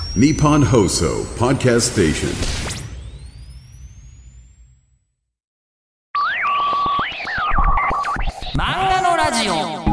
Nippon Hoso Podcast Station。 漫画のラジ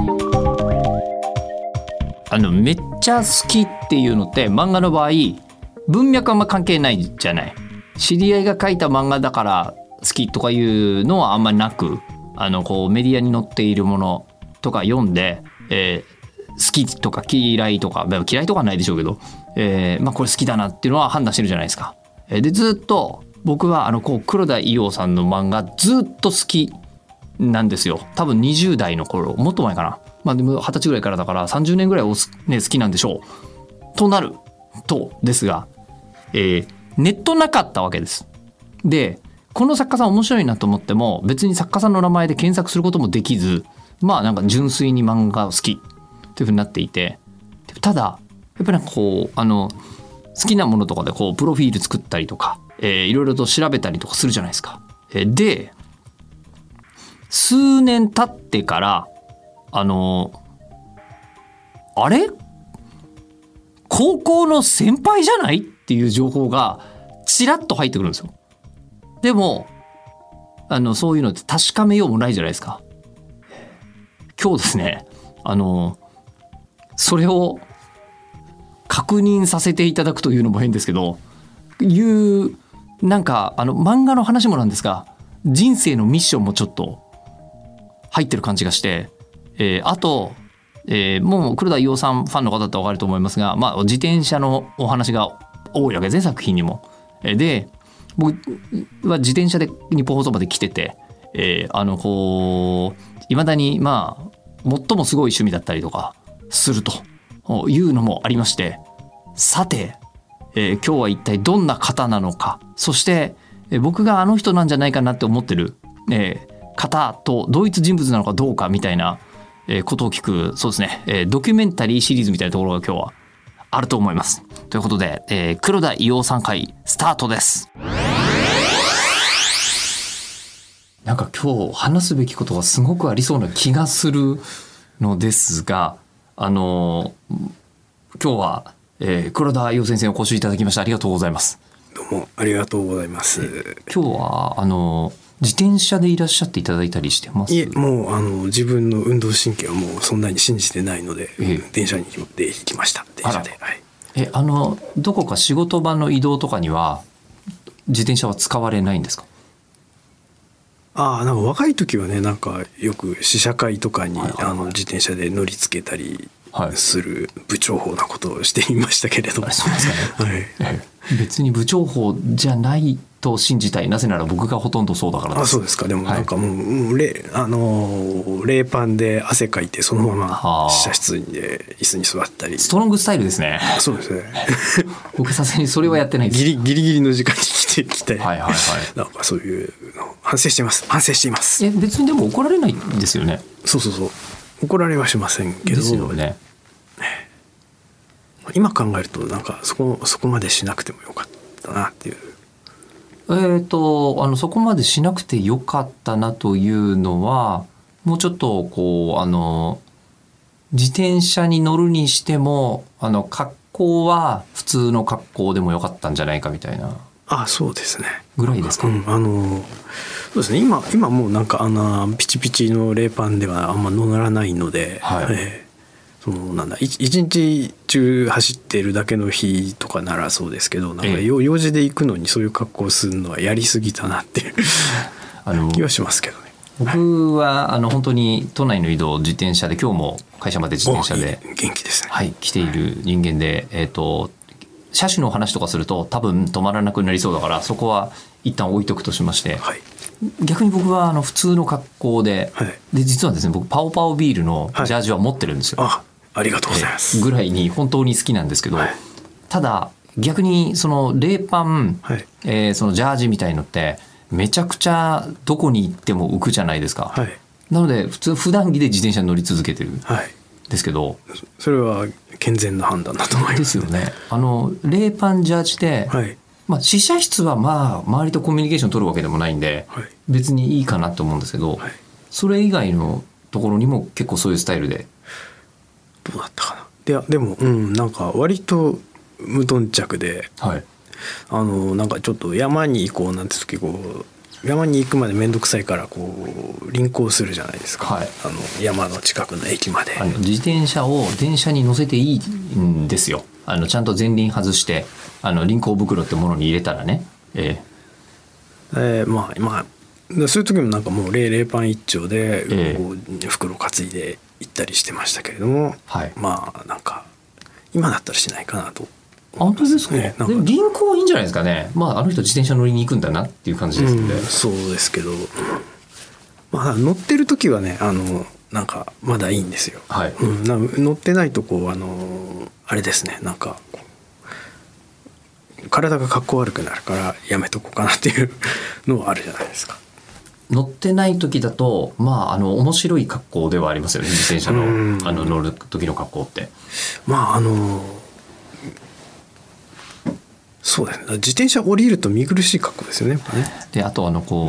オ。めっちゃ好きっていうのって漫画の場合文脈あんま関係ないじゃない。知り合いが書いた漫画だから好きとかいうのはあんまりなく、こうメディアに載っているものとか読んで、好きとか嫌いとか嫌いとかはないでしょうけど、これ好きだなっていうのは判断してるじゃないですか。でずっと僕はこう黒田伊代さんの漫画ずっと好きなんですよ。多分20代の頃、もっと前かな。でも20歳ぐらいからだから30年ぐらい好きなんでしょう。となるとですが、ネットなかったわけです。で、この作家さん面白いなと思っても別に作家さんの名前で検索することもできず、なんか純粋に漫画好きというふうになっていて、ただやっぱりこう好きなものとかでこうプロフィール作ったりとか、いろいろと調べたりとかするじゃないですか。で数年経ってからあれ高校の先輩じゃないっていう情報がちらっと入ってくるんですよ。でもそういうのって確かめようもないじゃないですか。今日ですねそれを確認させていただくというのも変ですけど、なんか漫画の話もなんですが人生のミッションもちょっと入ってる感じがして、あと、もう黒田伊代さんファンの方だと分かると思いますが、自転車のお話が多いわけですね、作品にも。で僕は自転車で日本放送まで来てて、こういまだに最もすごい趣味だったりとかするというのもありまして、さて、今日は一体どんな方なのか、そして、僕があの人なんじゃないかなって思ってる、方と同一人物なのかどうかみたいなことを聞く、そうですね、ドキュメンタリーシリーズみたいなところが今日はあると思います。ということで、黒田伊代さん会スタートです。なんか今日話すべきことがすごくありそうな気がするのですが、今日は、黒田伊代先生をお越しいただきましてありがとうございます。 どうもありがとうございます。 今日は自転車でいらっしゃっていただいたりしてます？ いえ、もう自分の運動神経はもうそんなに信じてないので、電車に行きました。電車で、はい、 どこか仕事場の移動とかには自転車は使われないんですか？ なんか若い時はね、なんかよく試写会とかに、自転車で乗りつけたりする部長法なことをしていましたけれども、 そうですかね、はい、別に部長法じゃないと信じたい。なぜなら僕がほとんどそうだからです。 そうですか。でもなんかもう、冷パンで汗かいてそのまま試写室で椅子に座ったり。 ストロングスタイルですね。 そうですね。 僕さすがにそれはやってないです。 ギリギリの時間に来て、 はいはいはい、 なんかそういうの反省しています。 別にでも怒られないんですよね。 そう怒られはしませんけどですよね。 今考えるとなんかそこまでしなくてもよかったなっていう。 そこまでしなくてよかったなというのは、もうちょっとこう自転車に乗るにしても格好は普通の格好でもよかったんじゃないかみたいな。 そうですね。 ぐらいですか。 そうですね。今もうなんかピチピチの冷パンではあんま乗らないので、はい、一日中走ってるだけの日とかならそうですけど、なんか用事で行くのにそういう格好をするのはやりすぎたなっていう気はしますけどね。 僕は本当に都内の移動自転車で、今日も会社まで自転車で元気ですね。 はい、来ている人間で、車種の話とかすると多分止まらなくなりそうだから、そこは一旦置いとくとしまして、はい、逆に僕は普通の格好で、はい、で実はですね、僕パオパオビールのジャージは持ってるんですよ。 ありがとうございます。 ぐらいに本当に好きなんですけど、はい、ただ逆にその冷パン、はい、そのジャージみたいのってめちゃくちゃどこに行っても浮くじゃないですか。はい、なので普段着で自転車に乗り続けてるんですけど、 それは健全な判断だと思います。 ですよね。冷パンジャージで、はい、試写室は周りとコミュニケーション取るわけでもないんで、はい、別にいいかなと思うんですけど、はい、それ以外のところにも結構そういうスタイルで。 どうだったかな。でも、なんか割と無頓着で、 はい、 なんかちょっと山に行こうなんて時山に行くまで面倒くさいから輪行するじゃないですか、 はい、 山の近くの駅まで。 自転車を電車に乗せていいんですよ。ちゃんと前輪外して輪行袋ってものに入れたらね、 まあそういう時もなんかもう冷パン一丁で袋担いで行ったりしてましたけれども、 はい、 まあなんか今だったらしないかなと。 本当ですか。で輪行いいんじゃないですかね。まああの人自転車乗りに行くんだなっていう感じですので、 そうですけど、まあ乗ってる時はねなんかまだいいんですよ、 はい、 乗ってないとあれですね、なんか体がかっこ悪くなるからやめとこうかなっていうのはあるじゃないですか。 乗ってない時だとまあ面白い格好ではありますよね、自転車の乗る時の格好って。 まあそうですね、自転車降りると見苦しい格好ですよね。 であと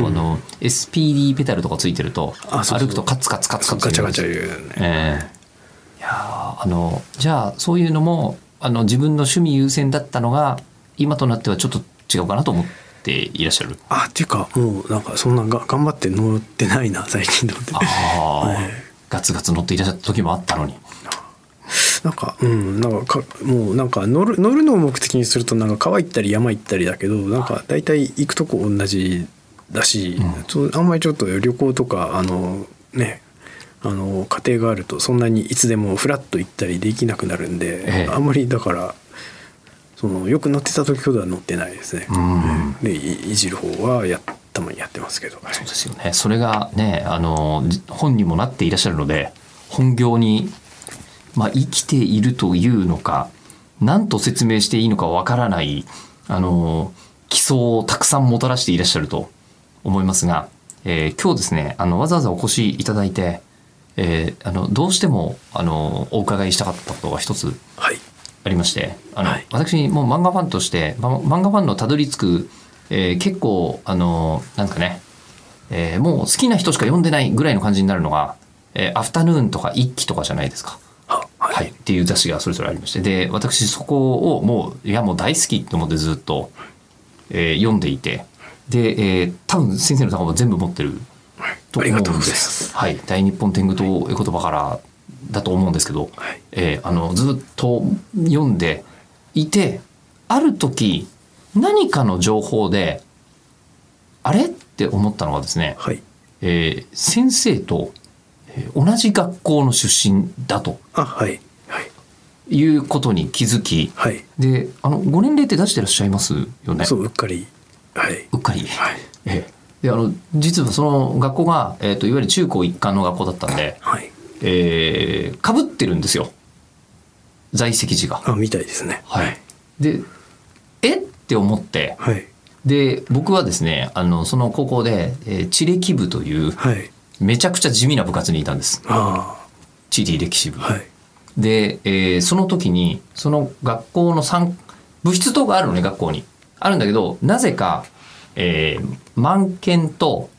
SPD ペダルとかついてると歩くとカツカツカツカツガチャガチャ言うね。 いやじゃあそういうのも自分の趣味優先だったのが今となってはちょっと違うかなと思っていらっしゃる。 っていうかもうなんかそんな頑張って乗ってないな最近乗って。 ガツガツ乗っていらっしゃった時もあったのに。 なんかもうなんか乗るのを目的にするとなんか川行ったり山行ったりだけど、なんか大体行くとこ同じだし、あんまりちょっと旅行とか家庭があるとそんなにいつでもフラッと行ったりできなくなるんで、あんまりだからよく乗ってた時ほどは乗ってないですね。でいじる方はたまにやってますけど、 そうですよね。それがね本にもなっていらっしゃるので本業に生きているというのか何と説明していいのかわからない基礎をたくさんもたらしていらっしゃると思いますが、今日ですねわざわざお越しいただいて、どうしてもお伺いしたかったことが一つありまして、私もう漫画ファンとして漫画ファンのたどり着く、結構なんかね、もう好きな人しか読んでないぐらいの感じになるのが、アフタヌーンとか一期とかじゃないですか。はい、っていう雑誌がそれぞれありまして、で私そこをもう大好きと思ってずっと、読んでいて、で、多分先生のところも全部持ってると思うんです。ありがとうございます。はい、大日本天狗という言葉からだと思うんですけど、ずっと読んでいて、ある時何かの情報であれって思ったのがですね、先生と同じ学校の出身だということに気づき、でご年齢って出してらっしゃいますよね。 そううっかり、 うっかり、で実はその学校が、いわゆる中高一貫の学校だったんで、かぶってるんですよ、在籍時が。 みたいですね。 でって思って、で僕はですねその高校で、地歴部という、めちゃくちゃ地味な部活にいたんです。地理歴史部、で、その時にその学校の部室等があるのね、学校にあるんだけど、なぜか、満研と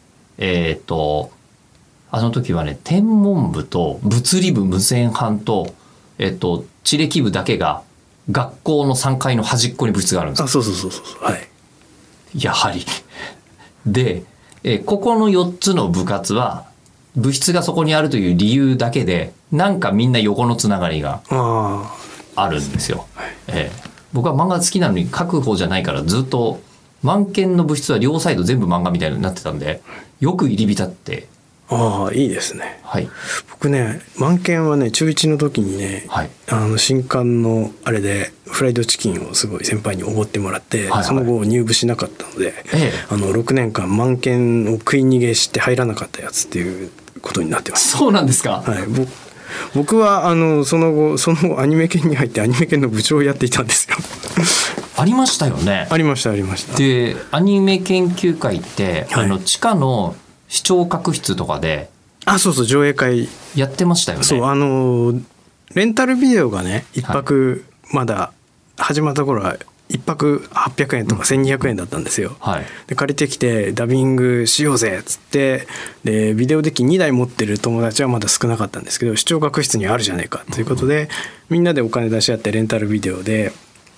あの時はね天文部と物理部無線班と、地歴部だけが学校の3階の端っこに部室があるんですよ。やはりで、ここの4つの部活は部室がそこにあるという理由だけでなんかみんな横のつながりがあるんですよ。僕は漫画好きなのに書く方じゃないから、ずっと満研の部室は両サイド全部漫画みたいになってたんで、よく入り浸って。 いいですね。僕ね満研はね中1の時にね、新刊のあれでフライドチキンをすごい先輩におごってもらって、その後入部しなかったので、6年間満研を食い逃げして入らなかったやつっていうことになってます。 そうなんですか。 僕はその後アニメ研に入ってアニメ研の部長をやっていたんですよ。 ありましたよね。 ありましたありました。 でアニメ研究会って、地下の視聴覚室とかでそう上映会やってましたよね。 そうレンタルビデオがね1泊、まだ始まった頃は1泊800円とか1200円だったんですよ。で借りてきてダビングしようぜっつって、でビデオデッキ2台持ってる友達はまだ少なかったんですけど、視聴覚室にあるじゃねえかということで、みんなでお金出し合ってレンタルビデオで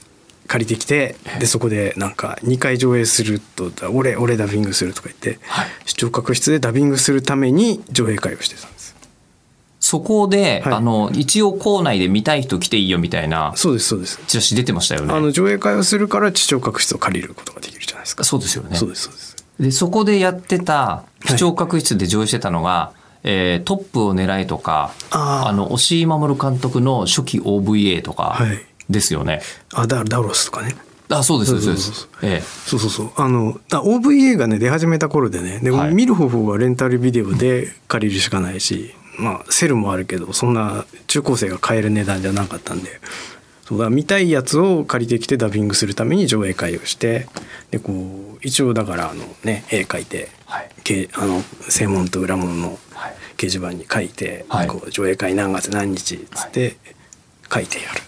借りてきて、でそこでなんか2回上映すると俺ダビングするとか言って、はい、視聴覚室でダビングするために上映会をしてたんです。 そこで、はい、一応校内で見たい人来ていいよみたいなそうですチラシ出てましたよね。 上映会をするから視聴覚室を借りることができるじゃないですか。 そうですよね。 そうですでそこでやってた視聴覚室で上映してたのが、はい、トップを狙えとか押井守監督の初期 OVA とかですよね。 はい、ダウロスとかね。 そうですそうです。 そうOVA がね出始めた頃でね、でも、はい、見る方法はレンタルビデオで借りるしかないし、まあセルもあるけどそんな中高生が買える値段じゃなかったんで、そうだ見たいやつを借りてきてダビングするために上映会をして、でこう一応だから絵描いて、はい、正門と裏門の掲示板に書いて、はい、こう上映会何月何日っつって書いてやる。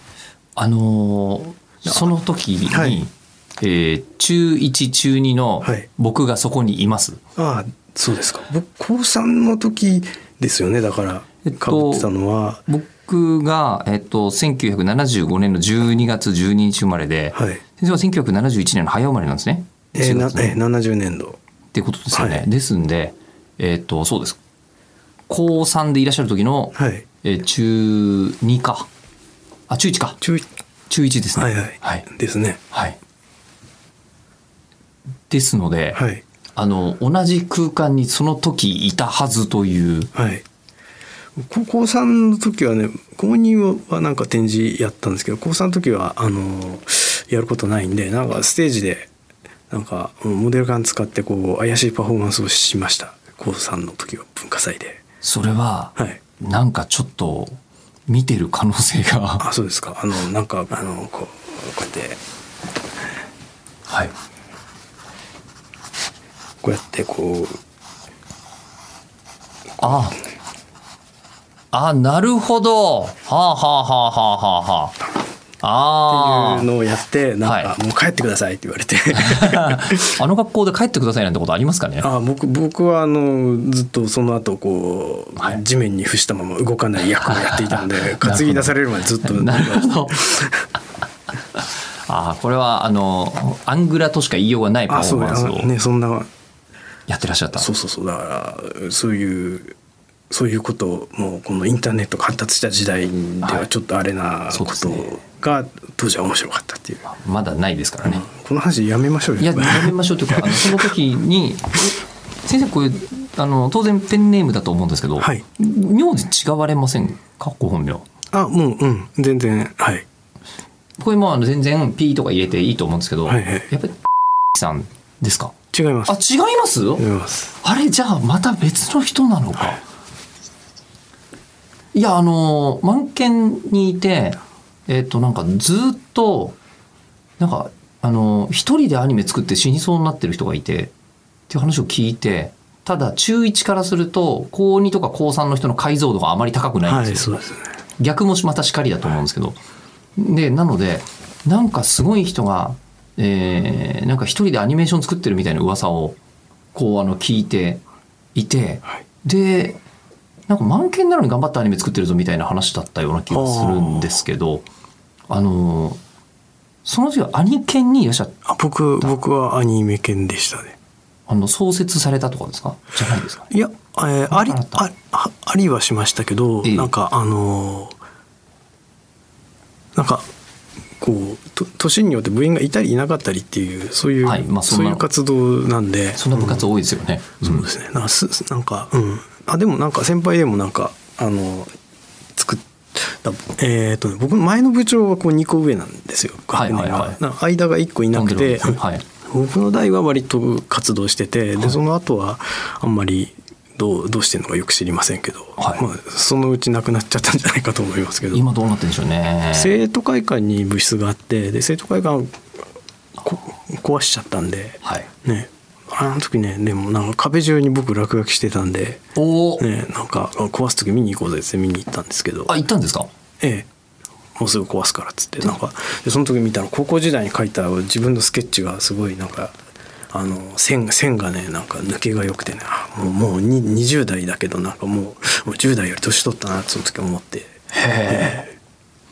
その時に、はい、中1中2の僕がそこにいます。 はい、そうですか。僕高3の時ですよね。だから被ってたのは、 僕が、1975年の12月12日生まれで、はい、先生は1971年の早生まれなんですね。 70年度ってことですよね。はい、ですんで、そうです。高3でいらっしゃる時の、はい、中2か。中1か。中1ですね。 はいはい。はい、ですね。 はい。ですので、 はい、 同じ空間にその時いたはずという。 はい。高3の時はね、高2はなんか展示やったんですけど、高3の時はやることないんで、なんかステージでなんかモデルガン使ってこう怪しいパフォーマンスをしました。高3の時は文化祭で。 それは、はい、なんかちょっと見てる可能性が。 そうですか。なんかこうやってはい。 こうやってこうなるほど。はあはあはあはあはあ。っていうのをやってなんか、はい、もう帰ってくださいって言われて学校で帰ってくださいなんてことありますかね。 僕はずっとその後こう、はい、地面に伏したまま動かない役をやっていたので担ぎ出されるまでずっとなるほどこれはアングラとしか言いようがないパフォーマンスをね、そんなやってらっしゃった。 そうだからそういうことをもうこのインターネットが発達した時代ではちょっとあれなことが当時は面白かったっていう。 まだないですからね。 この話やめましょうよ。 いややめましょうというかその時に先生これ当然ペンネームだと思うんですけど、はい、名字違われませんかご本名。 もう全然はい。 これも全然 P とか入れていいと思うんですけど、はいはい、やっぱりさんですか。 違います。 違います。 違います。 あれじゃあまた別の人なのか。いや満研にいてなんかずっとなんか一人でアニメ作って死にそうになってる人がいてっていう話を聞いて、ただ中1からすると高2とか高3の人の解像度があまり高くないんですよ。 はい、そうですね。 逆もまたしかりだと思うんですけど、でなのでなんかすごい人が、なんか一人でアニメーション作ってるみたいな噂をこう聞いていて、はい、でなんか満研なのに頑張ってアニメ作ってるぞみたいな話だったような気がするんですけど、その時はアニ研にいらっしゃった。 僕はアニメ研でしたね。 創設されたとかですか。じゃないですか、ね。 いやありはしましたけど、なんかなんかこう年によって部員がいたりいなかったりっていうそういう、はいそういう活動なんで。 そんな部活多いですよね。 そうですね。なんかでもなんか先輩でもなんか作った僕の前の部長はこう2個上なんですよ。学年が間が1個いなくて、はい、僕の代は割と活動してて、でその後はあんまりどうしてるのかよく知りませんけど、はい、そのうちなくなっちゃったんじゃないかと思いますけど。 今どうなってるんでしょうね。 生徒会館に部室があって、で生徒会館壊しちゃったんで、はい、ね。あの時ね、でもなんか壁中に僕落書きしてたんで、ね、なんか壊す時見に行こうぜって見に行ったんですけど。 行ったんですか。 もうすぐ壊すからっつってなんかでその時見たら高校時代に描いた自分のスケッチがすごいなんか線がねなんか抜けが良くてね、もう20代だけどなんかもう10代より年取ったなってその時思って。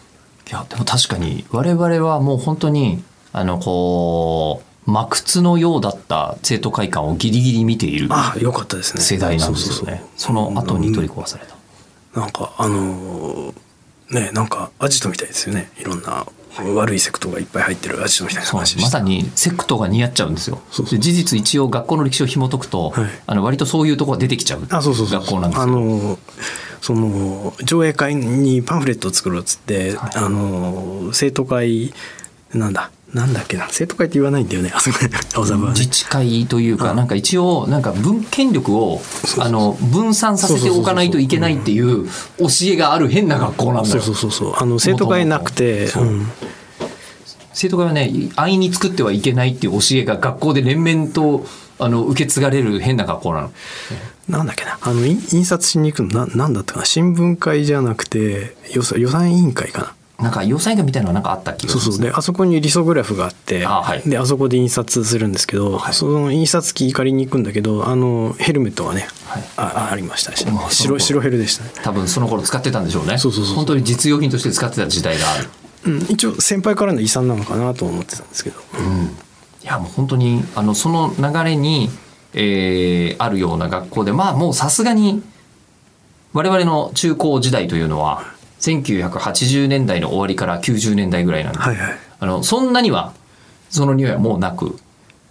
いやでも確かに我々はもう本当にこう真靴のようだった生徒会館をギリギリ見ているよかったですね。 世代なんですよね。その後に取り壊された。 なんかね、なんかアジトみたいですよね。いろんな悪いセクトがいっぱい入ってるアジトみたいな話でした。 まさにセクトが似合っちゃうんですよ。で事実一応学校の歴史を紐解くと、割とそういうところが出てきちゃう学校なんですよ。 その上映会にパンフレットを作ろうっつって、生徒会なんだっけな、生徒会って言わないんだよね、 自治会というか、なんか一応なんか権力を分散させておかないといけないっていう教えがある変な学校なんだよ。 生徒会なくて、 生徒会はね、安易に作ってはいけないっていう教えが学校で連綿と受け継がれる変な学校なの。 なんだっけな、印刷しに行くのなんだったかな、新聞会じゃなくて予算委員会かな。 なんか予算委員会みたいなのがなんかあった気がします。 そうで、あそこにリソグラフがあって、であそこで印刷するんですけど、その印刷機借りに行くんだけど、ヘルメットがね、ありましたし、白ヘルでしたね。 多分その頃使ってたんでしょうね。本当に実用品として使ってた時代がある。 一応先輩からの遺産なのかなと思ってたんですけど、 いやもう本当にその流れに、あるような学校で、もうさすがに我々の中高時代というのは1980年代の終わりから90年代ぐらいなんで、そんなにはその匂いはもうなく、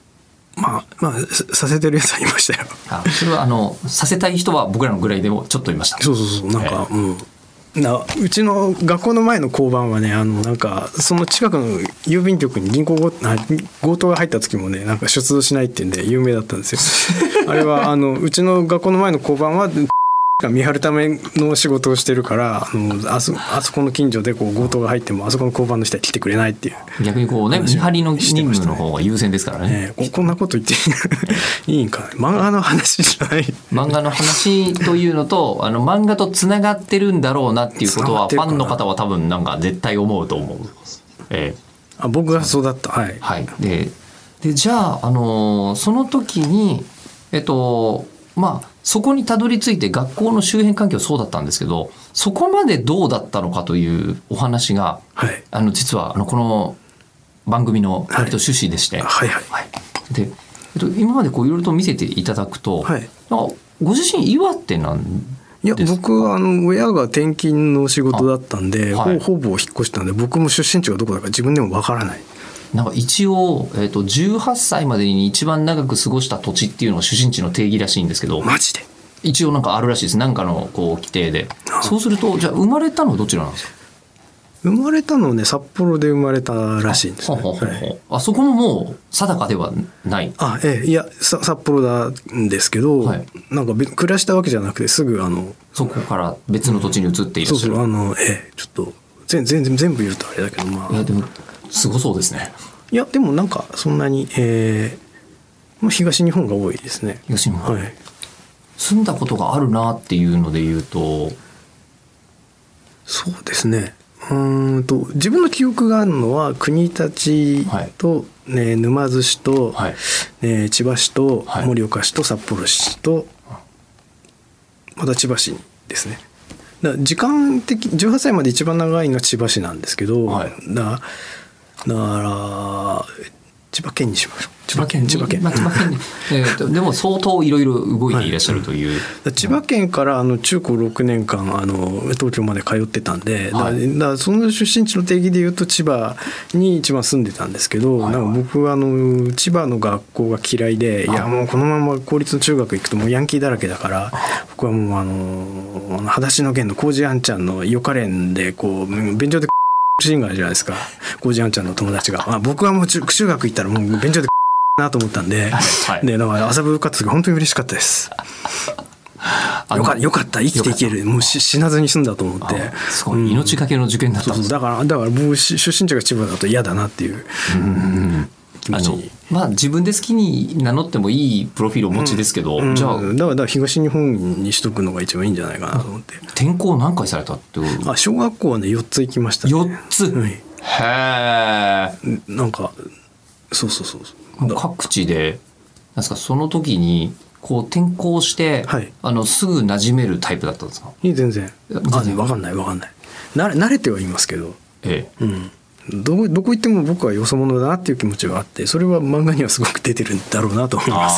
させてるやつはいましたよ。 それはさせたい人は僕らのぐらいでもちょっといました。 なんか、うちの学校の前の交番はね、なんかその近くの郵便局に強盗が入った時もね、なんか出動しないっていうんで有名だったんですよ。あれはうちの学校の前の交番は見張るための仕事をしてるから、あそこの近所で強盗が入ってもあそこの交番の人は来てくれないっていう。 逆に見張りの任務の方が優先ですからね。 こんなこと言っていいんか。漫画の話じゃない。 漫画の話というのと漫画とつながってるんだろうなっていうことはファンの方は多分なんか絶対思うと思う。 僕がそうだった。 でじゃあ、その時にそこにたどり着いて学校の周辺環境そうだったんですけど、そこまでどうだったのかというお話が、実はこの番組の割と趣旨でして、で今までいろいろと見せていただくと、ご自身岩手なんですか？ いや、僕は親が転勤の仕事だったんで、ほぼ引っ越したんで、僕も出身地がどこだか自分でもわからない。 なんか一応、18歳までに一番長く過ごした土地っていうのが出身地の定義らしいんですけど、 マジで一応なんかあるらしいです。なんかの規定で。そうすると、じゃあ生まれたのはどちらなんですか？ 生まれたのね、札幌で生まれたらしいんですね。 そこももう定かではない。 いや、札幌なんですけど、なんか暮らしたわけじゃなくて、すぐそこから別の土地に移っていらっしゃる。 ちょっと全部言うとあれだけど、 いやでもすごそうですね。 いやでもなんかそんなに、東日本が多いですね。 東日本、住んだことがあるなっていうので言うと、 そうですね、自分の記憶があるのは国立と、沼津市と、千葉市と、盛岡市と札幌市と、また千葉市ですね。時間的18歳まで一番長いのは千葉市なんですけど、だから千葉県にしましょう。千葉県に、 でも相当いろいろ動いていらっしゃるという、 千葉県から中高6年間東京まで通ってたんで、だその出身地の定義でいうと千葉に一番住んでたんですけど、なんか僕は千葉の学校が嫌いで、いやもうこのまま公立の中学行くともうヤンキーだらけだから、僕はもう裸足の弦のコージアンちゃんのイオカレンで便所でシンガーじゃないですか、コージアンちゃんの友達が。僕はもう中学行ったらもう便所でなと思ったんで、だから遊ぶ部活が本当に嬉しかったです。よかった、生きていける、もう死なずに済んだと思って。 すごい命がけの受験だったんです。 だから僕出身地が千葉だと嫌だなっていう気持ちに。 自分で好きに名乗ってもいいプロフィールをお持ちですけど、じゃあだから東日本にしとくのが一番いいんじゃないかなと思って。 転校何回されたってこと？ 小学校はね4つ行きましたね。 4つ、へえ。 なんかそう各地でなんですか、その時に転校して、すぐ馴染めるタイプだったんですか？ 全然分かんない慣れてはいますけど。 どこ行っても僕はよそ者だなっていう気持ちがあって、それは漫画にはすごく出てるんだろうなと思います。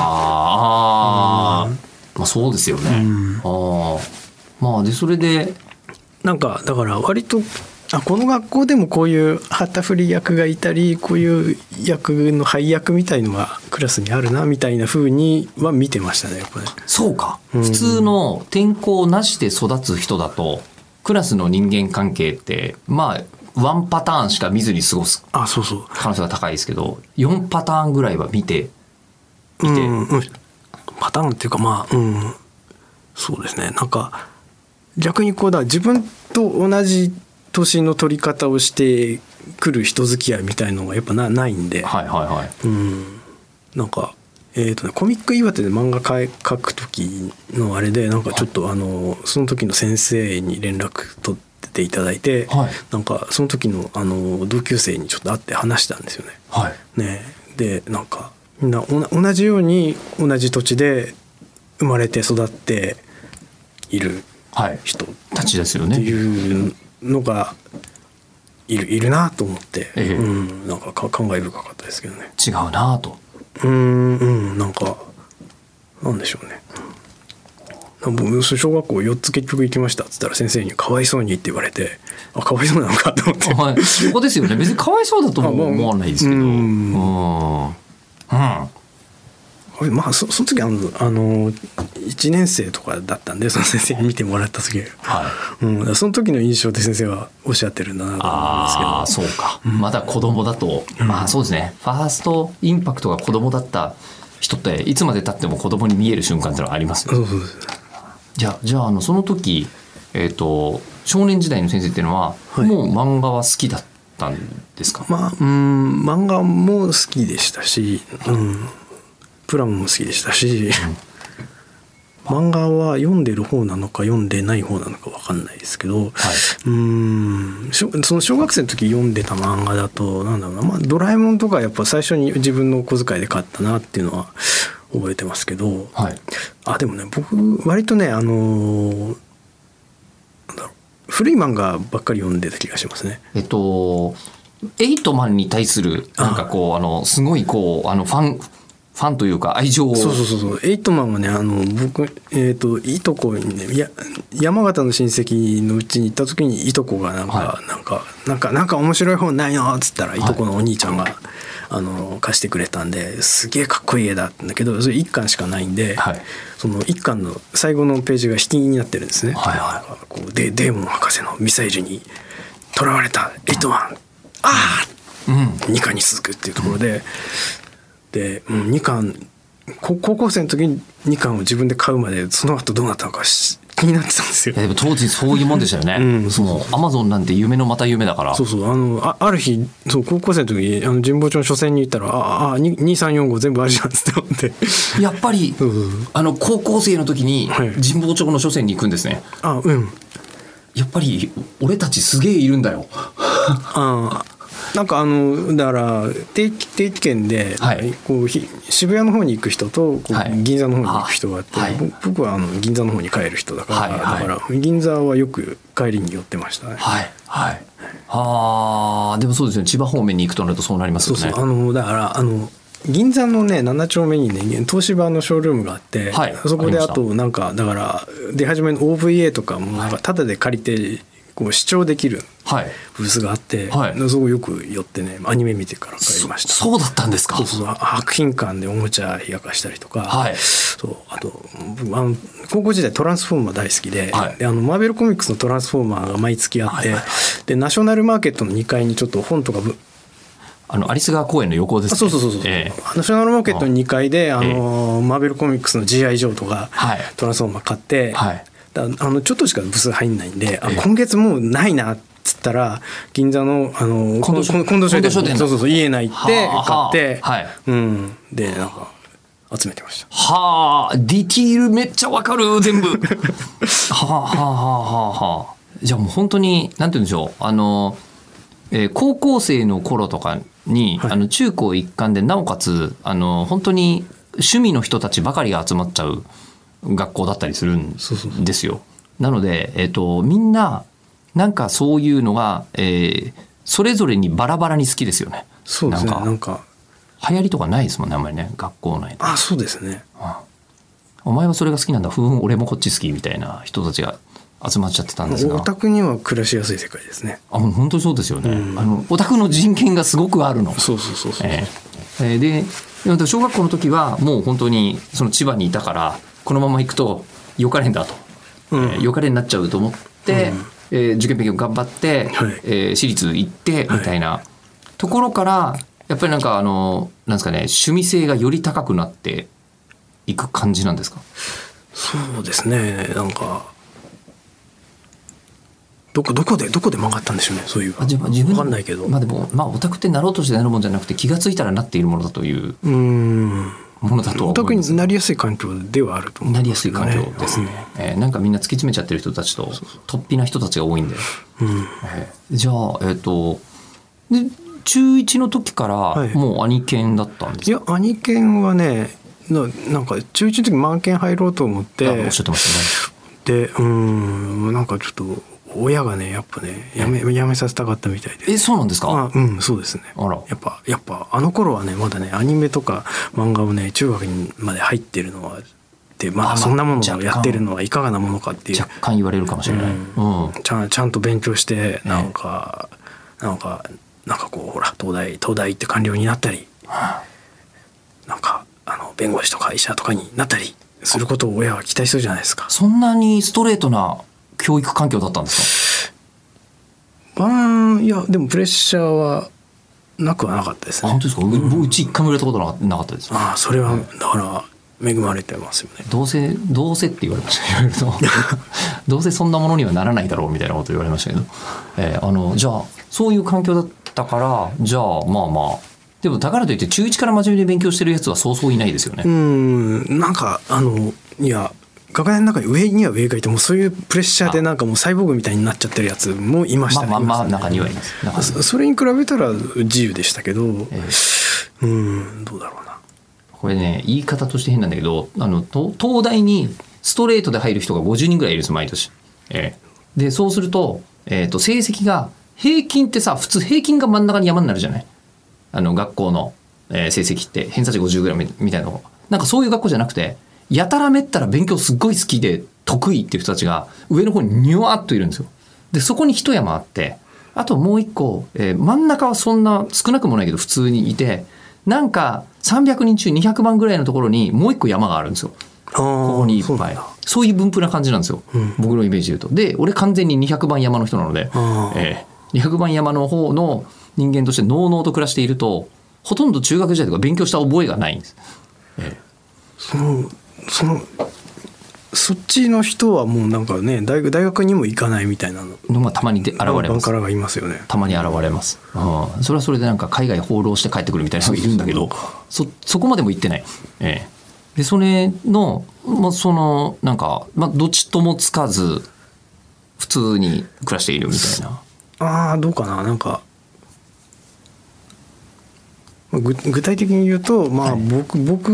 まあそうですよね。まあでそれでなんかだから割とこの学校でもこういう旗振り役がいたり、こういう役の配役みたいのがクラスにあるなみたいな風には見てましたね、やっぱり。 そうか、普通の転校なしで育つ人だとクラスの人間関係ってまあワンパターンしか見ずに過ごす可能性が高いですけど、4パターンぐらいは見ていて、 パターンっていうかそうですね。なんか逆にこう自分と同じ年の取り方をしてくる人付き合いみたいのがやっぱないんで、なんかコミック岩手で漫画描く時のあれでなんかちょっとその時の先生に連絡取っていただいて、なんかその時の同級生にちょっと会って話したんですよね。でなんかみんな同じように同じ土地で生まれて育っている人たちですよね。 っていうのがいるなと思って、なんか感慨深かったですけどね。 違うなと。 なんかなんでしょうね。僕小学校4つ結局行きましたっつったら先生にかわいそうにって言われて、かわいそうなのかと思って。 そこですよね。別にかわいそうだとも思わないですけど。 まあその時1年生とかだったんで、その先生に見てもらった時、その時の印象で先生はおっしゃってるんだなと思いますけど。 そうか、まだ子供だと、まあそうですね、ファーストインパクトが子供だった人っていつまで経っても子供に見える瞬間ってのはありますよね。じゃあその時、少年時代の先生っていうのは、もう漫画は好きだったんですか？ 漫画も好きでしたし、プラモも好きでしたし、漫画は読んでる方なのか読んでない方なのか分かんないですけど、その小学生の時読んでた漫画だとなんだろうな、ドラえもんとかやっぱ最初に自分のお小遣いで買ったなっていうのは覚えてますけど、でもね僕割とね古い漫画ばっかり読んでた気がしますね。 エイトマンに対するなんかこうすごいこうファンというか愛情を。 そうエイトマンはね僕いとこにね山形の親戚のうちに行った時にいとこがなんか面白い本ないのっつったらいとこのお兄ちゃんが、貸してくれたんですげえかっこいい絵だったんだけど、それ1巻しかないんで、その1巻の最後のページが引きになってるんですね。こうデーモン博士のミサイルに囚われたエイトマン2巻に続くっていうところで。で2巻高校生の時に2巻を自分で買うまでその後どうなったのか気になってたんですよ。 でも当時そういうもんでしたよね。アマゾンなんて夢のまた夢だから。 ある日高校生の時に神保町の書店に行ったら2345全部あるじゃんって思って。 やっぱり高校生の時に神保町の書店に行くんですね。やっぱり俺たちすげえいるんだよ。 なんかだから定期券で、こう渋谷の方に行く人と銀座の方に行く人があって、僕は銀座の方に帰る人だから、だから銀座はよく帰りに寄ってましたね。 でもそうですよね、千葉方面に行くとなるとそうなりますよね。 だから銀座のね7丁目にね東芝のショールームがあって、そこであとなんかだから出始めの OVA とかもなんかタダで借りてこう視聴できるブースがあって、そこよく寄ってねアニメ見てから帰りました。 そうだったんですか。 博品館でおもちゃ冷やかしたりとか、あと高校時代トランスフォーマー大好きで、マーベルコミックスのトランスフォーマーが毎月あって、でナショナルマーケットの2階にちょっと本とか有栖川公園の横ですね。 ナショナルマーケットの2階でマーベルコミックスの G.I. ジョーとかトランスフォーマー買って、ちょっとしか部数入んないんで、今月もうないなっつったら銀座の近藤書店家内行って買って、でなんか集めてました。 ディティールめっちゃわかる全部。じゃあもう本当になんて言うんでしょう、高校生の頃とかに、中高一貫でなおかつ本当に趣味の人たちばかりが集まっちゃう学校だったりするんですよ。なので、みんななんかそういうのが、それぞれにバラバラに好きですよね。 そうですね。なんか流行りとかないですもんね、あんまりね、学校内で。 あ、そうですね。 お前はそれが好きなんだ、俺もこっち好きみたいな人たちが集まっちゃってたんですが、 オタクには暮らしやすい世界ですね。 本当にそうですよね、オタクの人権がすごくあるの。 そうそうそうそう、 で小学校の時はもう本当にその千葉にいたから、このまま行くとよかれんだと、よかれになっちゃうと思って、受験勉強頑張って、私立行ってみたいなところから、やっぱりなんかなんですかね、趣味性がより高くなっていく感じなんですか？ そうですね。なんかどこで曲がったんでしょうね。そういう自分分かんないけど、 でもオタクってなろうとしてなるもんじゃなくて、気がついたらなっているものだというものだとは思います。オタクになりやすい環境ではあると思う、 なりやすい環境ですね、なんかみんな突き詰めちゃってる人たちと突飛な人たちが多いんで、じゃあで中1の時からもうアニケンだったんですか？ いや、アニケンはね、なんか中1の時満研入ろうと思って、 おっしゃってましたね。 でなんかちょっと親がね、やっぱね、やめさせたかったみたいで。 そうなんですか？ そうですね。 あら、 やっぱあの頃はね、まだね、アニメとか漫画をね、中学にまで入ってるのはで、まだそんなものをやってるのはいかがなものかっていう、 若干言われるかもしれない、 ちゃんと勉強してなんかこう、ほら、東大行って官僚になったり、なんか弁護士とか医者とかになったりすることを親は期待するじゃないですか。 そんなにストレートな教育環境だったんですか？ いや、でもプレッシャーはなくはなかったですね。 本当ですか？うち一回も入れたことなかったです。 それはだから恵まれてますよね。 どうせって言われましたけどどうせそんなものにはならないだろうみたいなこと言われましたけど、じゃあそういう環境だったから、じゃあでもだからといって中1から真面目に勉強してるやつはそうそういないですよね。 なんかいや、学年の中に上には上がいて、もそういうプレッシャーでなんかもうサイボーグみたいになっちゃってるやつもいましたね。 中にはいます。 それに比べたら自由でしたけど、どうだろうな。 これね、言い方として変なんだけど、東大にストレートで入る人が50人ぐらいいるんです、毎年。でそうすると、成績が平均ってさ、普通平均が真ん中に山になるじゃない。学校の、成績って偏差値50ぐらいみたいなの。なんかそういう学校じゃなくて、やたらめったら勉強すっごい好きで得意っていう人たちが上の方にニュワーっといるんですよ。でそこに一山あって、あともう一個、真ん中はそんな少なくもないけど普通にいて、なんか300人中200番ぐらいのところにもう一個山があるんですよ。ここにいっぱい。そういう分布な感じなんですよ、僕のイメージで言うと。で俺完全に200番山の人なので、200番山の方の人間としてのうのうと暮らしていると、ほとんど中学時代とか勉強した覚えがないんです。 そっちの人はもうなんかね、大学にも行かないみたいなのがたまに現れます。 バンカラがいますよね。 たまに現れます、それはそれでなんか海外放浪して帰ってくるみたいな人がいるんだけど、そこまでも行ってない、でそれの、そのなんか、どっちともつかず普通に暮らしているみたいな。 どうかな。なんか具体的に言うと、僕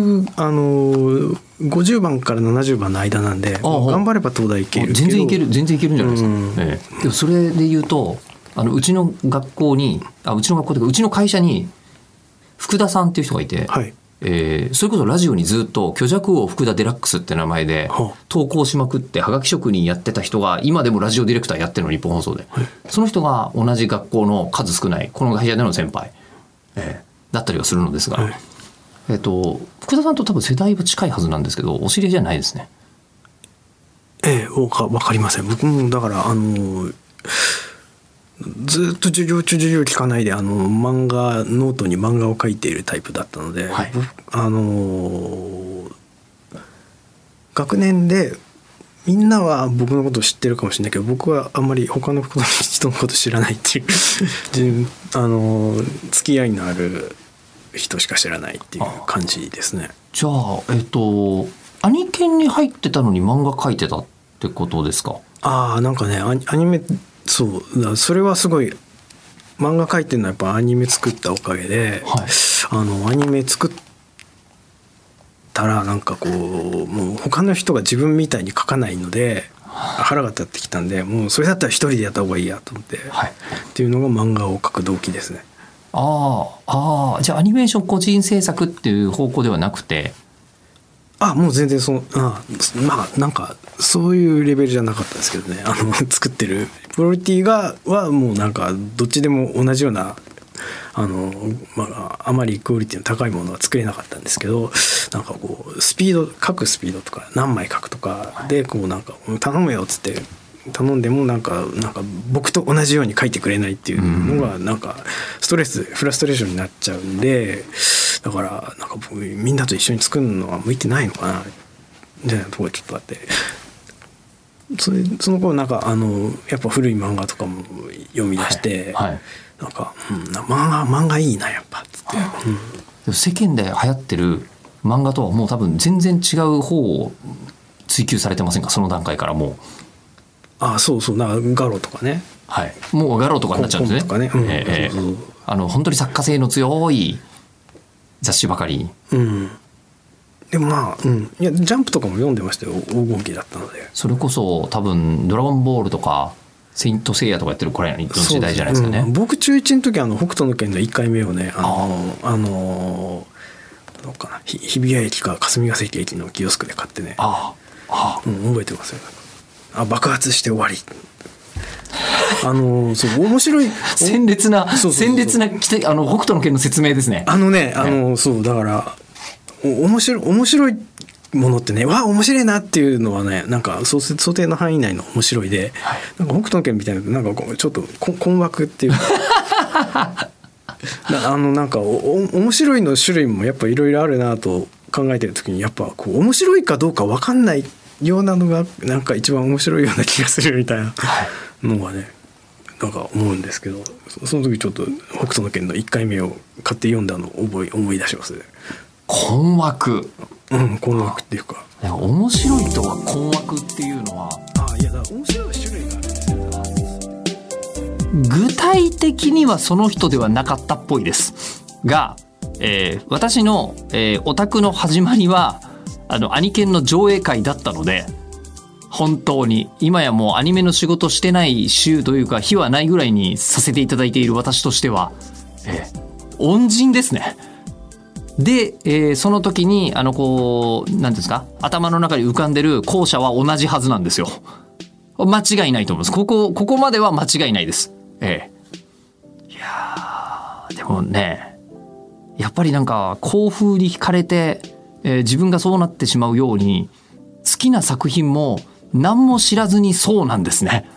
50番から70番の間なんで、頑張れば東大行けるけど、 全然いけるんじゃないですか。でもそれで言うと、うちの学校にうちの会社に福田さんっていう人がいて、それこそラジオにずっと虚弱王福田デラックスって名前で投稿しまくってはがき職人やってた人が今でもラジオディレクターやってるの、日本放送で、その人が同じ学校の数少ないこの会社での先輩、だったりはするのですが、福田さんと多分世代は近いはずなんですけど、お知り合いじゃないですね。 分かりません。僕もだからずっと授業聞かないでノートに漫画を書いているタイプだったので、学年でみんなは僕のことを知ってるかもしれないけど、僕はあんまり他の人のこと知らないっていう付き合いのある人しか知らないっていう感じですね。 じゃあアニケンに入ってたのに漫画描いてたってことですか？ なんかね、アニメ、それはすごい、漫画描いてるのはやっぱアニメ作ったおかげで、アニメ作ったらなんかこう、もう他の人が自分みたいに描かないので、 腹が立ってきたんで、もうそれだったら一人でやった方がいいやと思って、 はい、 っていうのが漫画を描く動機ですね。 じゃあアニメーション個人制作っていう方向ではなくて、 もう全然なんかそういうレベルじゃなかったですけどね。作ってるクオリティはもうなんかどっちでも同じようなあまりクオリティの高いものは作れなかったんですけど、なんかこう書くスピードとか何枚書くとかでこうなんか頼むよっつって頼んでもなんか僕と同じように書いてくれないっていうのがなんかフラストレーションになっちゃうんで、だからなんか僕みんなと一緒に作るのは向いてないのかなみたいなところがちょっとあって、その頃なんかやっぱ古い漫画とかも読み出して、はいはい、なんか、漫画いいなやっぱっつって、 世間で流行ってる漫画とはもう多分全然違う方を追求されてませんか、その段階からもう。 そうなんかガロとかね、 はい、もうガロとかになっちゃうんですね。本当に作家性の強い雑誌ばかり。 でもいやジャンプとかも読んでましたよ、黄金期だったので。 それこそ多分ドラゴンボールとかセイントセイヤとかやってるこれの時代じゃないですかね。 僕中1の時北斗の拳の1回目をねどうかな、日比谷駅か霞ヶ関駅のキオスクで買ってね、覚えてますよ。爆発して終わり。そう面白い鮮烈な北斗の拳の説明ですね。 そうだから面白いものってね、面白いなっていうのはね、なんか想定の範囲内の面白いで、はい、なんか北斗の拳みたいななんかこうちょっと困惑っていうかなんか面白いの種類もやっぱいろいろあるなと考えてる時に、やっぱこう面白いかどうか分かんないようなのがなんか一番面白いような気がするみたいなのがね、なんか思うんですけど、その時ちょっと北斗の拳の1回目を買って読んだのを思い出しますね。 困惑。 困惑っていうか、 面白いとは困惑っていうのは、 いやだから面白い種類があるんですよ。 具体的にはその人ではなかったっぽいですが、私の、オタクの始まりはアニケンの上映会だったので、本当に今やもうアニメの仕事してない週というか日はないぐらいにさせていただいている私としては、恩人ですね。で、その時にこう何ですか、頭の中に浮かんでる校舎は同じはずなんですよ。間違いないと思います。ここまでは間違いないです。いやでもね、やっぱりなんか校風に惹かれて、自分がそうなってしまうように、好きな作品も何も知らずにそうなんですね。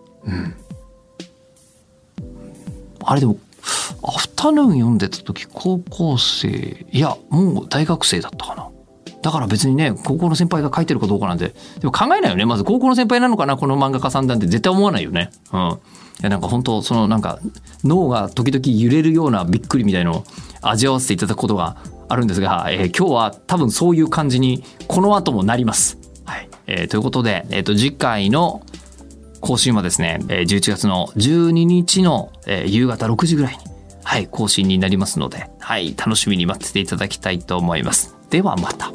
あれでもアフタヌーン読んでた時高校生、いやもう大学生だったかな。だから別にね、高校の先輩が書いてるかどうかなんてでも考えないよね。まず高校の先輩なのかなこの漫画家さんなんて絶対思わないよね。いやなんか本当なんか脳が時々揺れるようなびっくりみたいのを味わわせていただくことがあるんですが、今日は多分そういう感じにこの後もなります。はい。ということで、次回の更新はですね、11月の12日の、夕方6時ぐらいに、はい、更新になりますので、はい、楽しみに待ってていただきたいと思います。ではまた。